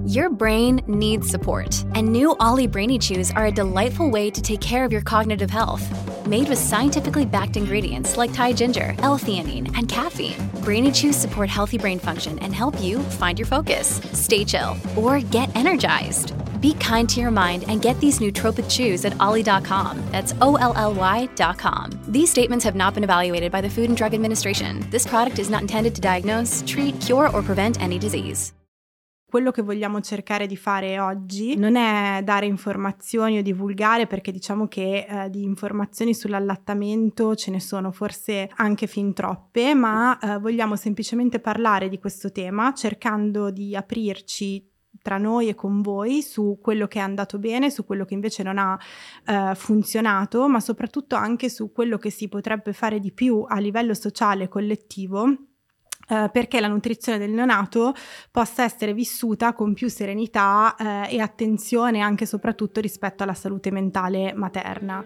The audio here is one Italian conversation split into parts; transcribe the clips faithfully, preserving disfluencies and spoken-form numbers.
Your brain needs support, and new Ollie Brainy Chews are a delightful way to take care of your cognitive health. Made with scientifically backed ingredients like Thai ginger, L-theanine, and caffeine, Brainy Chews support healthy brain function and help you find your focus, stay chill, or get energized. Be kind to your mind and get these nootropic chews at ollie dot com. That's O L L Y dot com. These statements have not been evaluated by the Food and Drug Administration. This product is not intended to diagnose, treat, cure, or prevent any disease. Quello che vogliamo cercare di fare oggi non è dare informazioni o divulgare, perché diciamo che eh, di informazioni sull'allattamento ce ne sono forse anche fin troppe, ma eh, vogliamo semplicemente parlare di questo tema cercando di aprirci tra noi e con voi su quello che è andato bene, su quello che invece non ha eh, funzionato, ma soprattutto anche su quello che si potrebbe fare di più a livello sociale e collettivo eh, perché la nutrizione del neonato possa essere vissuta con più serenità eh, e attenzione anche e soprattutto rispetto alla salute mentale materna.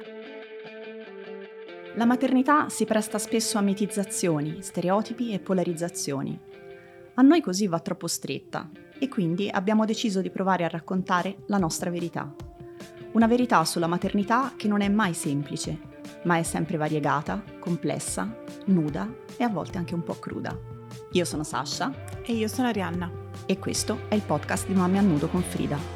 La maternità si presta spesso a mitizzazioni, stereotipi e polarizzazioni. A noi così va troppo stretta e quindi abbiamo deciso di provare a raccontare la nostra verità. Una verità sulla maternità che non è mai semplice, ma è sempre variegata, complessa, nuda e a volte anche un po' cruda. Io sono Sasha E io sono Arianna. e questo è il podcast di Mamme a Nudo con Frida.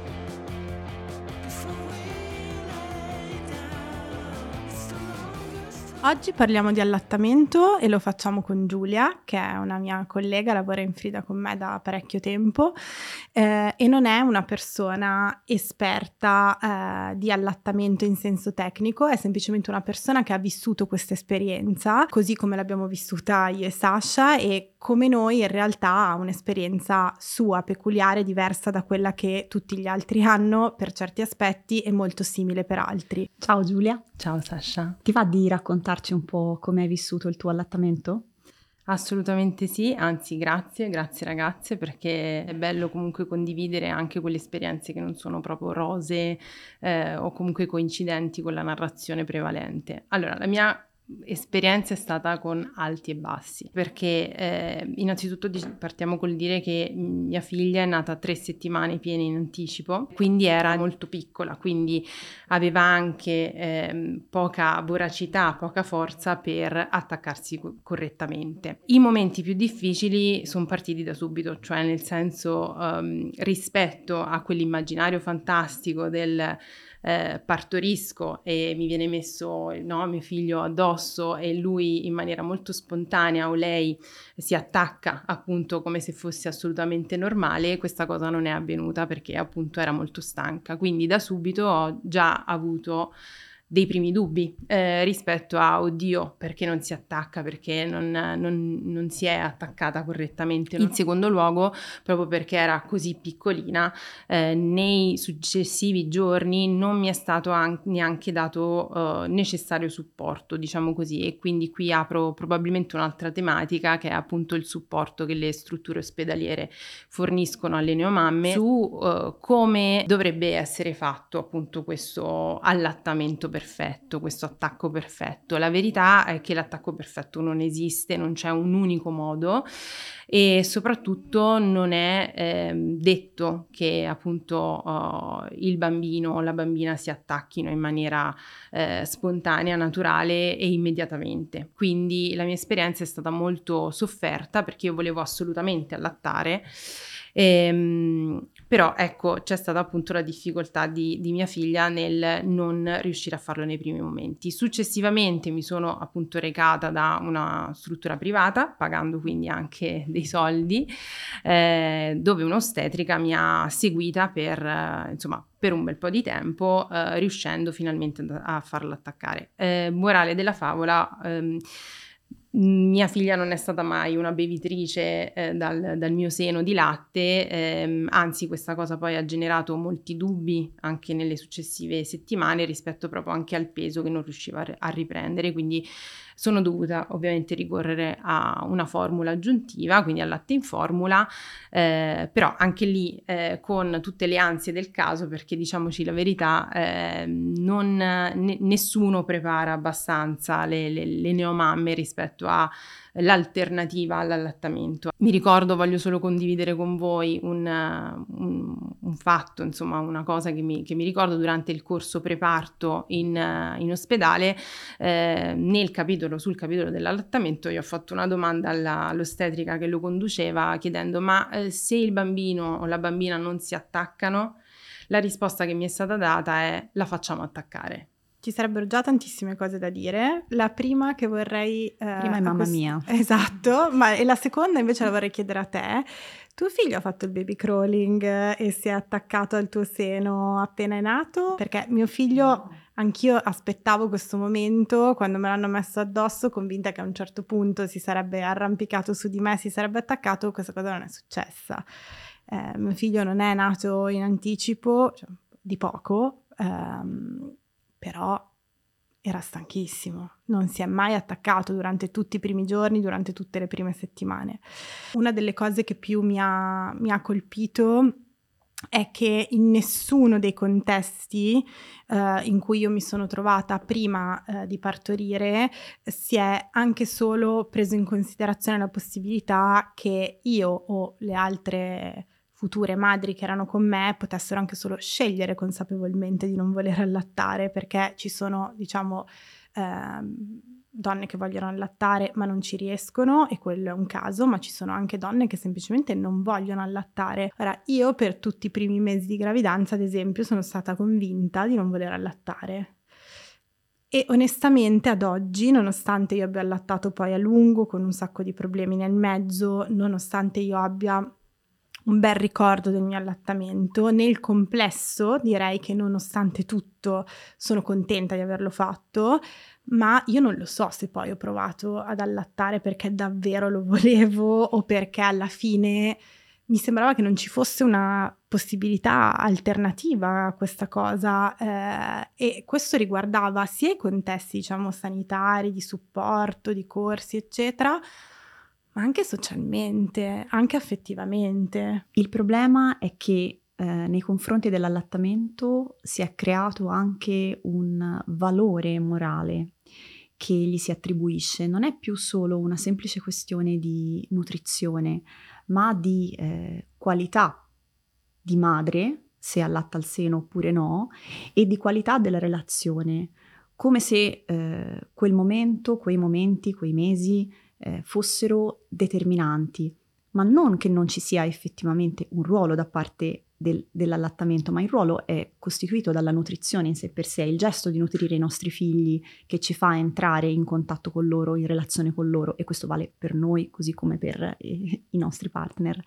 Oggi parliamo di allattamento e lo facciamo con Giulia, che è una mia collega, lavora in Frida con me da parecchio tempo eh, e non è una persona esperta eh, di allattamento in senso tecnico, è semplicemente una persona che ha vissuto questa esperienza, così come l'abbiamo vissuta io e Sasha, e come noi in realtà ha un'esperienza sua, peculiare, diversa da quella che tutti gli altri hanno per certi aspetti e molto simile per altri. Ciao Giulia, Ciao Sasha. ti va di raccontarci un po' come hai vissuto il tuo allattamento? Assolutamente sì, anzi grazie, grazie ragazze, perché è bello comunque condividere anche quelle esperienze che non sono proprio rose eh, o comunque coincidenti con la narrazione prevalente. Allora, la mia esperienza è stata con alti e bassi, perché eh, innanzitutto partiamo col dire che mia figlia è nata tre settimane piene in anticipo, quindi era molto piccola, quindi aveva anche eh, poca voracità, poca forza per attaccarsi co- correttamente. I momenti più difficili sono partiti da subito, cioè nel senso um, rispetto a quell'immaginario fantastico del Eh, partorisco e mi viene messo no, mio figlio addosso e lui in maniera molto spontanea o lei si attacca appunto come se fosse assolutamente normale. Questa cosa non è avvenuta perché appunto era molto stanca, quindi da subito ho già avuto dei primi dubbi eh, rispetto a oddio perché non si attacca, perché non, non, non si è attaccata correttamente. In secondo luogo proprio perché era così piccolina eh, nei successivi giorni non mi è stato an- neanche dato eh, necessario supporto, diciamo così, e quindi qui apro probabilmente un'altra tematica che è appunto il supporto che le strutture ospedaliere forniscono alle neomamme su eh, come dovrebbe essere fatto appunto questo allattamento perfetto, questo attacco perfetto. La verità è che l'attacco perfetto non esiste, non c'è un unico modo e soprattutto non è eh, detto che appunto uh, il bambino o la bambina si attacchino in maniera eh, spontanea, naturale e immediatamente. Quindi la mia esperienza è stata molto sofferta perché io volevo assolutamente allattare. Ehm, però ecco c'è stata appunto la difficoltà di, di mia figlia nel non riuscire a farlo nei primi momenti. Successivamente mi sono appunto recata da una struttura privata, pagando quindi anche dei soldi, eh, dove un'ostetrica mi ha seguita per eh, insomma per un bel po' di tempo, eh, riuscendo finalmente a farla attaccare. Eh, morale della favola, ehm, mia figlia non è stata mai una bevitrice eh, dal, dal mio seno di latte, ehm, anzi questa cosa poi ha generato molti dubbi anche nelle successive settimane rispetto proprio anche al peso che non riusciva a, a riprendere, quindi sono dovuta ovviamente ricorrere a una formula aggiuntiva, quindi al latte in formula, eh, però anche lì eh, con tutte le ansie del caso, perché diciamoci la verità, eh, non, ne, nessuno prepara abbastanza le, le, le neomamme rispetto rispetto all'alternativa all'allattamento. Mi ricordo, voglio solo condividere con voi un, un, un fatto, insomma una cosa che mi, che mi ricordo durante il corso preparto in, in ospedale. Eh, nel capitolo, sul capitolo dell'allattamento, io ho fatto una domanda alla, all'ostetrica che lo conduceva chiedendo: ma eh, se il bambino o la bambina non si attaccano? La risposta che mi è stata data è: la facciamo attaccare. Ci sarebbero già tantissime cose da dire. La prima che vorrei... Eh, prima è mamma quest- mia. Esatto, ma e la seconda invece la vorrei chiedere a te. Tuo figlio ha fatto il baby crawling e si è attaccato al tuo seno appena è nato? Perché mio figlio, anch'io aspettavo questo momento, quando me l'hanno messo addosso, convinta che a un certo punto si sarebbe arrampicato su di me, si sarebbe attaccato. Questa cosa non è successa. Eh, mio figlio non è nato in anticipo, cioè, di poco, ehm, però era stanchissimo, non si è mai attaccato durante tutti i primi giorni, durante tutte le prime settimane. Una delle cose che più mi ha, mi ha colpito è che in nessuno dei contesti eh, in cui io mi sono trovata prima eh, di partorire si è anche solo preso in considerazione la possibilità che io o le altre future madri che erano con me potessero anche solo scegliere consapevolmente di non voler allattare, perché ci sono, diciamo, ehm, donne che vogliono allattare ma non ci riescono, e quello è un caso, ma ci sono anche donne che semplicemente non vogliono allattare. Ora, io per tutti i primi mesi di gravidanza, ad esempio, sono stata convinta di non voler allattare. E onestamente ad oggi, nonostante io abbia allattato poi a lungo con un sacco di problemi nel mezzo, nonostante io abbia un bel ricordo del mio allattamento, nel complesso direi che nonostante tutto sono contenta di averlo fatto, ma io non lo so se poi ho provato ad allattare perché davvero lo volevo o perché alla fine mi sembrava che non ci fosse una possibilità alternativa a questa cosa, eh, e questo riguardava sia i contesti, diciamo, sanitari, di supporto, di corsi, eccetera, ma anche socialmente, anche affettivamente. Il problema è che eh, nei confronti dell'allattamento si è creato anche un valore morale che gli si attribuisce. Non è più solo una semplice questione di nutrizione, ma di eh, qualità di madre, se allatta al seno oppure no, e di qualità della relazione, come se eh, quel momento, quei momenti, quei mesi Eh, fossero determinanti, ma non che non ci sia effettivamente un ruolo da parte del, dell'allattamento, ma il ruolo è costituito dalla nutrizione in sé per sé, il gesto di nutrire i nostri figli che ci fa entrare in contatto con loro, in relazione con loro, e questo vale per noi così come per eh, i nostri partner.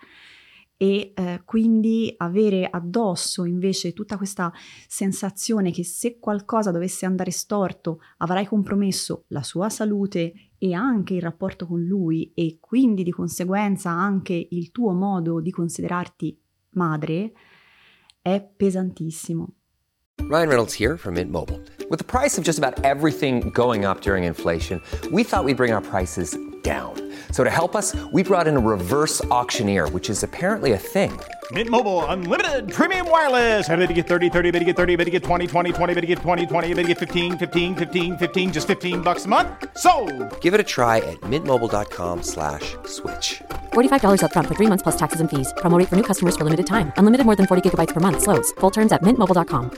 E eh, quindi avere addosso invece tutta questa sensazione che se qualcosa dovesse andare storto avrai compromesso la sua salute e anche il rapporto con lui, e quindi di conseguenza anche il tuo modo di considerarti madre, è pesantissimo. Ryan Reynolds here from Mint Mobile. With the price of just about everything going up during inflation, we thought we'd bring our prices down. So to help us, we brought in a reverse auctioneer, which is apparently a thing. Mint Mobile Unlimited Premium Wireless. How to get thirty, thirty, how to get thirty, how to get twenty, twenty, twenty, how to get twenty, twenty, how to get fifteen, fifteen, fifteen, fifteen, just fifteen bucks a month? Sold! Give it a try at mintmobile.com slash switch. forty-five dollars up front for three months plus taxes and fees. Promo rate for new customers for limited time. Unlimited more than forty gigabytes per month. Slows full terms at mint mobile dot com.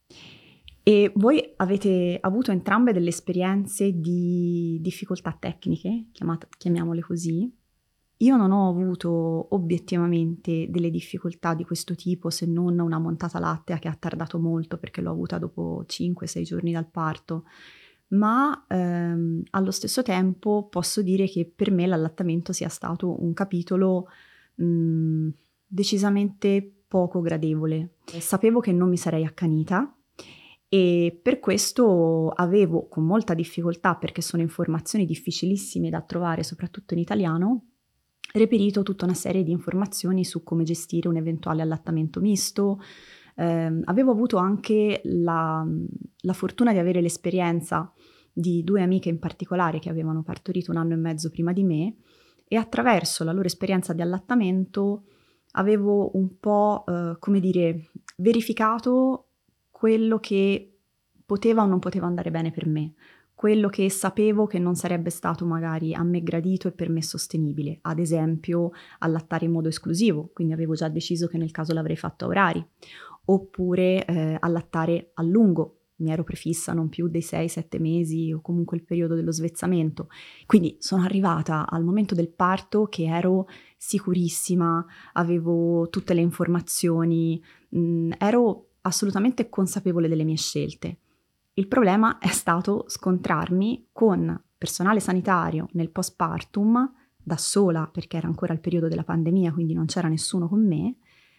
E voi avete avuto entrambe delle esperienze di difficoltà tecniche, chiamate, chiamiamole così. Io non ho avuto obiettivamente delle difficoltà di questo tipo, se non una montata lattea che ha tardato molto perché l'ho avuta dopo cinque sei giorni dal parto, ma ehm, allo stesso tempo posso dire che per me l'allattamento sia stato un capitolo mh, decisamente poco gradevole. Sapevo che non mi sarei accanita, e per questo avevo con molta difficoltà, perché sono informazioni difficilissime da trovare soprattutto in italiano, reperito tutta una serie di informazioni su come gestire un eventuale allattamento misto. Eh, avevo avuto anche la, la fortuna di avere l'esperienza di due amiche in particolare che avevano partorito un anno e mezzo prima di me, e attraverso la loro esperienza di allattamento avevo un po', eh, come dire, verificato quello che poteva o non poteva andare bene per me, quello che sapevo che non sarebbe stato magari a me gradito e per me sostenibile, ad esempio allattare in modo esclusivo, quindi avevo già deciso che nel caso l'avrei fatto a orari, oppure eh, allattare a lungo. Mi ero prefissa non più dei sei sette mesi o comunque il periodo dello svezzamento. Quindi sono arrivata al momento del parto che ero sicurissima, avevo tutte le informazioni, mh, ero assolutamente consapevole delle mie scelte. Il problema è stato scontrarmi con personale sanitario nel postpartum, da sola perché era ancora il periodo della pandemia, quindi non c'era nessuno con me,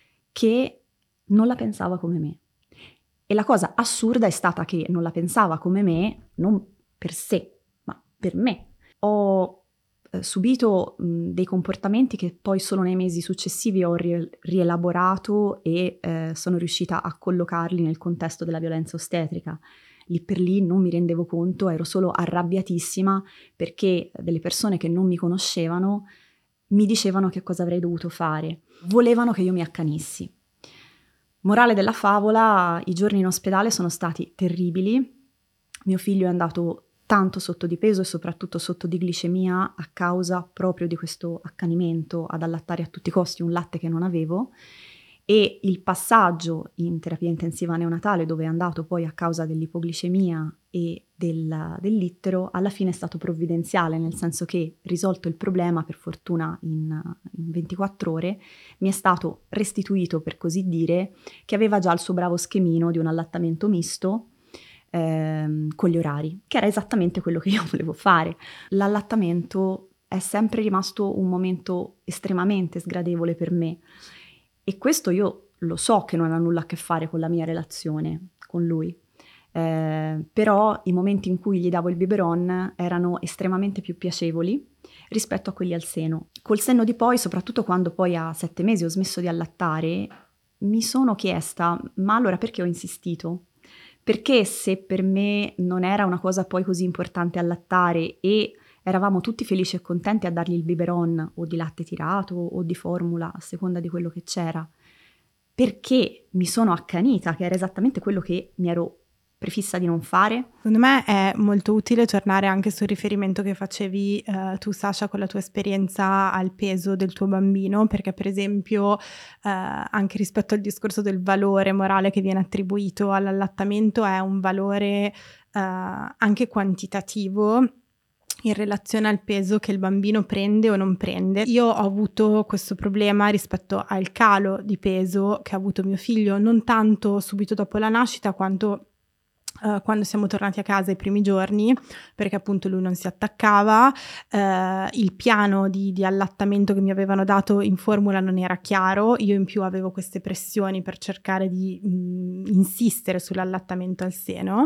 che non la pensava come me. E la cosa assurda è stata che non la pensava come me, non per sé, ma per me. Ho eh, subito mh, dei comportamenti che poi solo nei mesi successivi ho ri- rielaborato e eh, sono riuscita a collocarli nel contesto della violenza ostetrica. Lì per lì non mi rendevo conto, ero solo arrabbiatissima perché delle persone che non mi conoscevano mi dicevano che cosa avrei dovuto fare. Volevano che io mi accanissi. Morale della favola, i giorni in ospedale sono stati terribili. Mio figlio è andato tanto sotto di peso e soprattutto sotto di glicemia a causa proprio di questo accanimento ad allattare a tutti i costi un latte che non avevo, e il passaggio in terapia intensiva neonatale, dove è andato poi a causa dell'ipoglicemia e del, dell'ittero, alla fine è stato provvidenziale, nel senso che, risolto il problema per fortuna in, in ventiquattro ore, mi è stato restituito, per così dire, che aveva già il suo bravo schemino di un allattamento misto ehm, con gli orari, che era esattamente quello che io volevo fare. L'allattamento è sempre rimasto un momento estremamente sgradevole per me, e questo io lo so che non ha nulla a che fare con la mia relazione con lui, eh, però i momenti in cui gli davo il biberon erano estremamente più piacevoli rispetto a quelli al seno. Col senno di poi, soprattutto quando poi a sette mesi ho smesso di allattare, mi sono chiesta, ma allora perché ho insistito? Perché se per me non era una cosa poi così importante allattare e eravamo tutti felici e contenti a dargli il biberon o di latte tirato o di formula, a seconda di quello che c'era, perché mi sono accanita, che era esattamente quello che mi ero prefissa di non fare? Secondo me è molto utile tornare anche sul riferimento che facevi eh, tu, Sasha, con la tua esperienza al peso del tuo bambino, perché per esempio eh, anche rispetto al discorso del valore morale che viene attribuito all'allattamento, è un valore eh, anche quantitativo in relazione al peso che il bambino prende o non prende. Io ho avuto questo problema rispetto al calo di peso che ha avuto mio figlio, non tanto subito dopo la nascita quanto Uh, quando siamo tornati a casa i primi giorni, perché appunto lui non si attaccava, uh, il piano di, di allattamento che mi avevano dato in formula non era chiaro, io in più avevo queste pressioni per cercare di mh, insistere sull'allattamento al seno,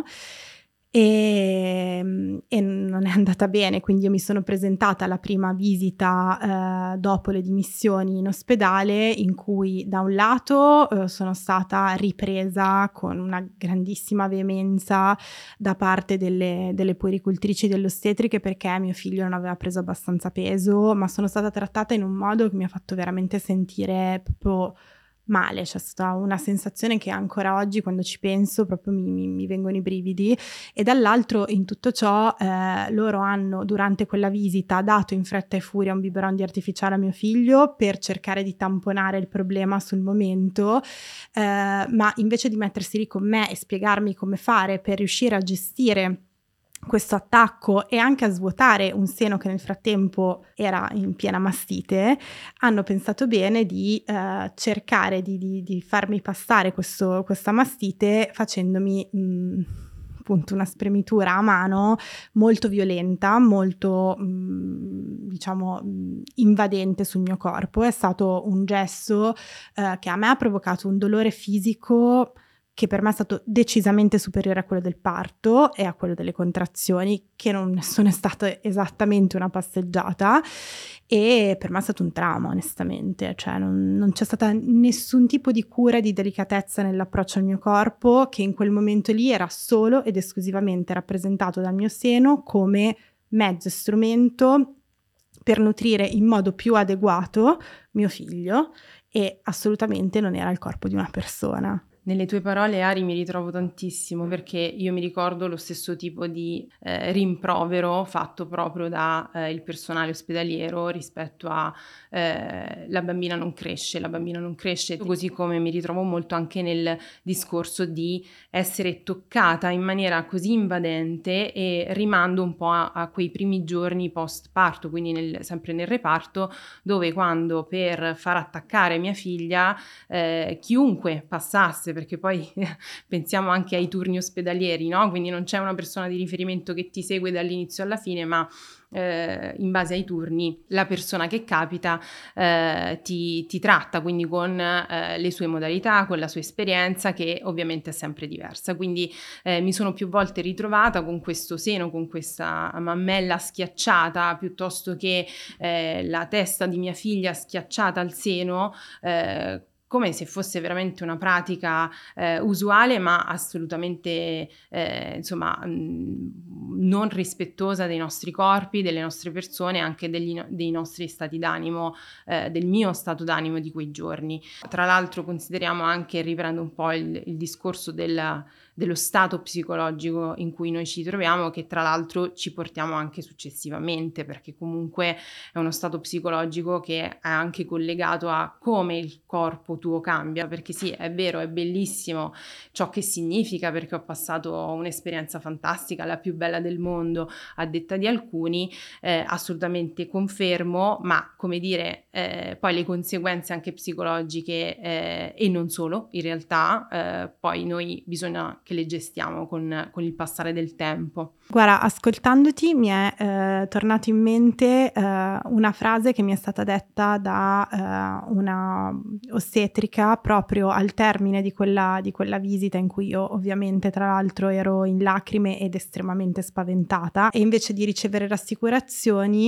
e, e non è andata bene, quindi io mi sono presentata alla prima visita eh, dopo le dimissioni in ospedale, in cui da un lato eh, sono stata ripresa con una grandissima veemenza da parte delle, delle puericultrici delle ostetriche, perché mio figlio non aveva preso abbastanza peso, ma sono stata trattata in un modo che mi ha fatto veramente sentire proprio male. C'è stata una sensazione che ancora oggi, quando ci penso, proprio mi, mi, mi vengono i brividi. E dall'altro, in tutto ciò, eh, loro hanno durante quella visita dato in fretta e furia un biberon di artificiale a mio figlio per cercare di tamponare il problema sul momento, eh, ma invece di mettersi lì con me e spiegarmi come fare per riuscire a gestire questo attacco e anche a svuotare un seno che nel frattempo era in piena mastite, hanno pensato bene di eh, cercare di, di, di farmi passare questo, questa mastite facendomi mh, appunto una spremitura a mano molto violenta, molto mh, diciamo mh, invadente sul mio corpo. È stato un gesto eh, che a me ha provocato un dolore fisico che per me è stato decisamente superiore a quello del parto e a quello delle contrazioni, che non sono state esattamente una passeggiata, e per me è stato un trauma, onestamente. Cioè non, non c'è stata nessun tipo di cura e di delicatezza nell'approccio al mio corpo, che in quel momento lì era solo ed esclusivamente rappresentato dal mio seno come mezzo e strumento per nutrire in modo più adeguato mio figlio, e assolutamente non era il corpo di una persona. Nelle tue parole, Ari, mi ritrovo tantissimo, perché io mi ricordo lo stesso tipo di eh, rimprovero fatto proprio da eh, il personale ospedaliero rispetto a eh, la bambina non cresce, la bambina non cresce, così come mi ritrovo molto anche nel discorso di essere toccata in maniera così invadente, e rimando un po' a, a quei primi giorni post parto, quindi nel, sempre nel reparto, dove quando per far attaccare mia figlia eh, chiunque passasse, perché poi pensiamo anche ai turni ospedalieri, no? Quindi non c'è una persona di riferimento che ti segue dall'inizio alla fine, ma eh, in base ai turni la persona che capita eh, ti, ti tratta, quindi con eh, le sue modalità, con la sua esperienza, che ovviamente è sempre diversa. Quindi eh, mi sono più volte ritrovata con questo seno, con questa mammella schiacciata, piuttosto che eh, la testa di mia figlia schiacciata al seno, eh, come se fosse veramente una pratica eh, usuale, ma assolutamente eh, insomma mh, non rispettosa dei nostri corpi, delle nostre persone, anche degli, dei nostri stati d'animo, eh, del mio stato d'animo di quei giorni. Tra l'altro consideriamo anche, riprendo un po' il, il discorso del, dello stato psicologico in cui noi ci troviamo, che tra l'altro ci portiamo anche successivamente, perché comunque è uno stato psicologico che è anche collegato a come il corpo tuo cambia, perché sì, è vero, è bellissimo ciò che significa, perché ho passato un'esperienza fantastica, la più bella del mondo a detta di alcuni, eh, assolutamente confermo, ma come dire, eh, poi le conseguenze anche psicologiche eh, e non solo, in realtà eh, poi noi bisogna che le gestiamo con, con il passare del tempo. Guarda, ascoltandoti mi è eh, tornato in mente eh, una frase che mi è stata detta da eh, una ostetrica proprio al termine di quella, di quella visita, in cui io ovviamente tra l'altro ero in lacrime ed estremamente spaventata, e invece di ricevere rassicurazioni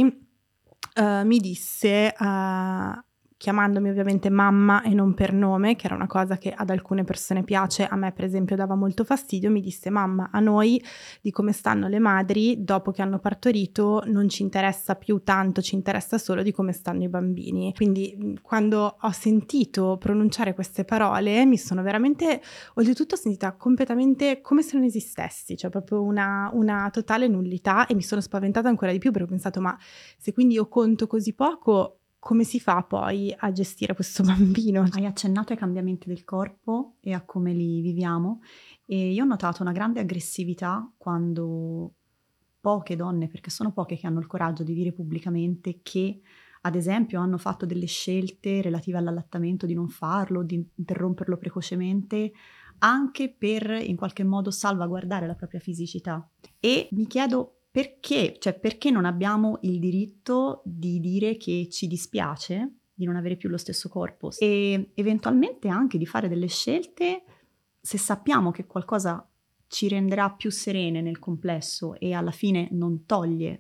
eh, mi disse, eh, chiamandomi ovviamente mamma e non per nome, che era una cosa che ad alcune persone piace, a me per esempio dava molto fastidio, mi disse: mamma, a noi di come stanno le madri dopo che hanno partorito non ci interessa più tanto, ci interessa solo di come stanno i bambini. Quindi quando ho sentito pronunciare queste parole mi sono veramente, oltretutto, sentita completamente come se non esistessi, cioè proprio una, una totale nullità, e mi sono spaventata ancora di più, perché ho pensato: ma se quindi io conto così poco, come si fa poi a gestire questo bambino? Hai accennato ai cambiamenti del corpo e a come li viviamo, e io ho notato una grande aggressività quando poche donne, perché sono poche che hanno il coraggio di dire pubblicamente che ad esempio hanno fatto delle scelte relative all'allattamento di non farlo, di interromperlo precocemente, anche per in qualche modo salvaguardare la propria fisicità. E mi chiedo perché, cioè perché non abbiamo il diritto di dire che ci dispiace di non avere più lo stesso corpo, e eventualmente anche di fare delle scelte se sappiamo che qualcosa ci renderà più serene nel complesso e alla fine non toglie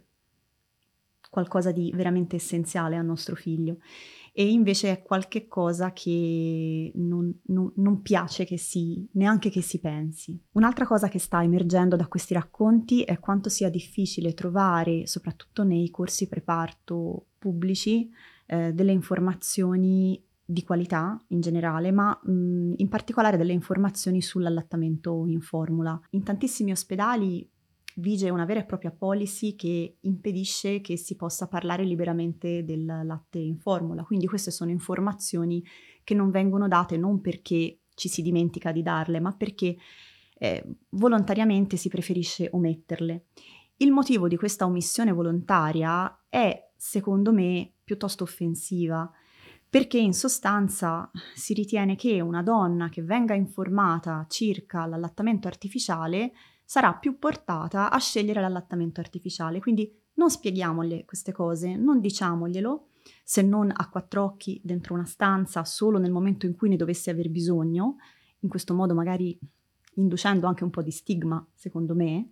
qualcosa di veramente essenziale al nostro figlio, e invece è qualche cosa che non, non, non piace che si, neanche che si pensi. Un'altra cosa che sta emergendo da questi racconti è quanto sia difficile trovare, soprattutto nei corsi preparto pubblici, eh, delle informazioni di qualità in generale, ma mh, in particolare delle informazioni sull'allattamento in formula. In tantissimi ospedali vige una vera e propria policy che impedisce che si possa parlare liberamente del latte in formula, quindi queste sono informazioni che non vengono date non perché ci si dimentica di darle, ma perché eh, volontariamente si preferisce ometterle. Il motivo di questa omissione volontaria è, secondo me, piuttosto offensiva, perché in sostanza si ritiene che una donna che venga informata circa l'allattamento artificiale sarà più portata a scegliere l'allattamento artificiale. Quindi non spieghiamogli queste cose, non diciamoglielo, se non a quattro occhi dentro una stanza, solo nel momento in cui ne dovesse aver bisogno, in questo modo magari inducendo anche un po' di stigma, secondo me,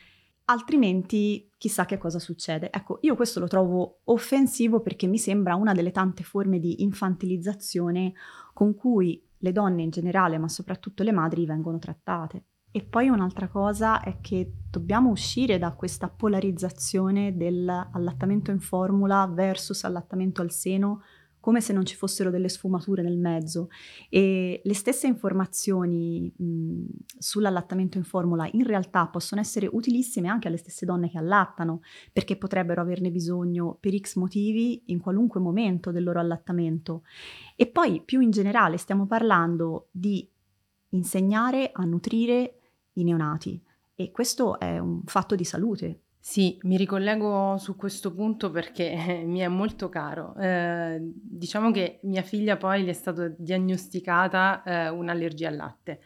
altrimenti chissà che cosa succede. Ecco, io questo lo trovo offensivo perché mi sembra una delle tante forme di infantilizzazione con cui le donne in generale, ma soprattutto le madri, vengono trattate. E poi un'altra cosa è che dobbiamo uscire da questa polarizzazione dell'allattamento in formula versus allattamento al seno come se non ci fossero delle sfumature nel mezzo, e le stesse informazioni mh, sull'allattamento in formula in realtà possono essere utilissime anche alle stesse donne che allattano, perché potrebbero averne bisogno per X motivi in qualunque momento del loro allattamento. E poi più in generale stiamo parlando di insegnare a nutrire i neonati, e questo è un fatto di salute. Sì, mi ricollego su questo punto perché eh, mi è molto caro. Eh, diciamo che mia figlia poi gli è stata diagnosticata eh, un'allergia al latte,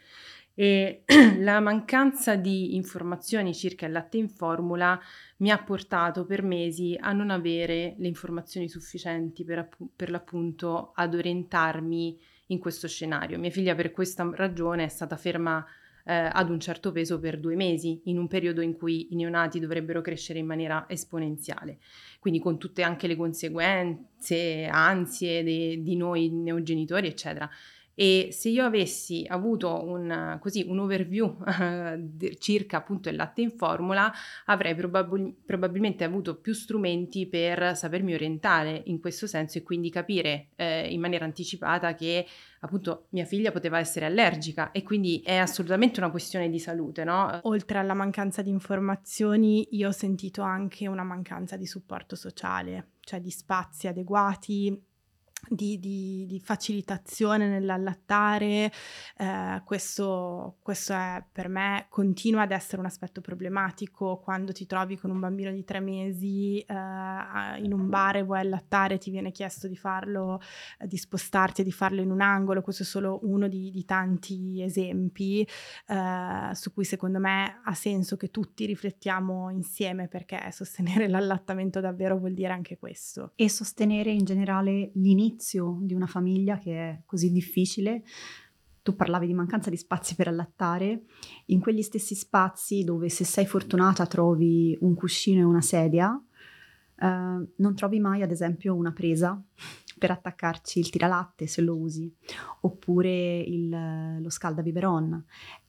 e la mancanza di informazioni circa il latte in formula mi ha portato per mesi a non avere le informazioni sufficienti per, appu- per l'appunto ad orientarmi in questo scenario. Mia figlia per questa ragione è stata ferma eh, ad un certo peso per due mesi, in un periodo in cui i neonati dovrebbero crescere in maniera esponenziale, quindi con tutte anche le conseguenze, ansie de- di noi neogenitori, eccetera. E se io avessi avuto un, così, un overview uh, circa appunto il latte in formula, avrei probabil- probabilmente avuto più strumenti per sapermi orientare in questo senso, e quindi capire eh, in maniera anticipata che appunto mia figlia poteva essere allergica, e quindi è assolutamente una questione di salute, no? Oltre alla mancanza di informazioni, io ho sentito anche una mancanza di supporto sociale, cioè di spazi adeguati, Di, di, di facilitazione nell'allattare. Eh, questo, questo è, per me continua ad essere un aspetto problematico. Quando ti trovi con un bambino di tre mesi eh, in un bar e vuoi allattare, ti viene chiesto di farlo, eh, di spostarti e di farlo in un angolo. Questo è solo uno di, di tanti esempi eh, su cui secondo me ha senso che tutti riflettiamo insieme, perché sostenere l'allattamento davvero vuol dire anche questo. E sostenere in generale l'inizio di una famiglia che è così difficile. Tu parlavi di mancanza di spazi per allattare, in quegli stessi spazi dove, se sei fortunata, trovi un cuscino e una sedia, eh, non trovi mai ad esempio una presa per attaccarci il tiralatte, se lo usi, oppure il, lo scaldabiberon.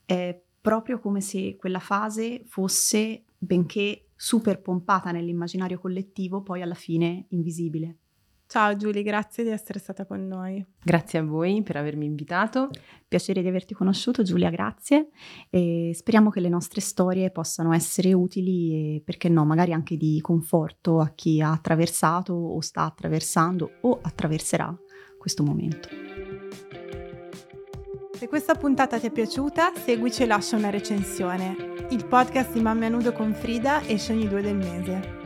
È proprio come se quella fase fosse, benché super pompata nell'immaginario collettivo, poi alla fine invisibile. Ciao Giulia, grazie di essere stata con noi. Grazie a voi per avermi invitato. Piacere di averti conosciuto, Giulia, grazie. E speriamo che le nostre storie possano essere utili e, perché no, magari anche di conforto a chi ha attraversato o sta attraversando o attraverserà questo momento. Se questa puntata ti è piaciuta, seguici e lascia una recensione. Il podcast di Mamme a Nudo con Frida esce ogni due del mese.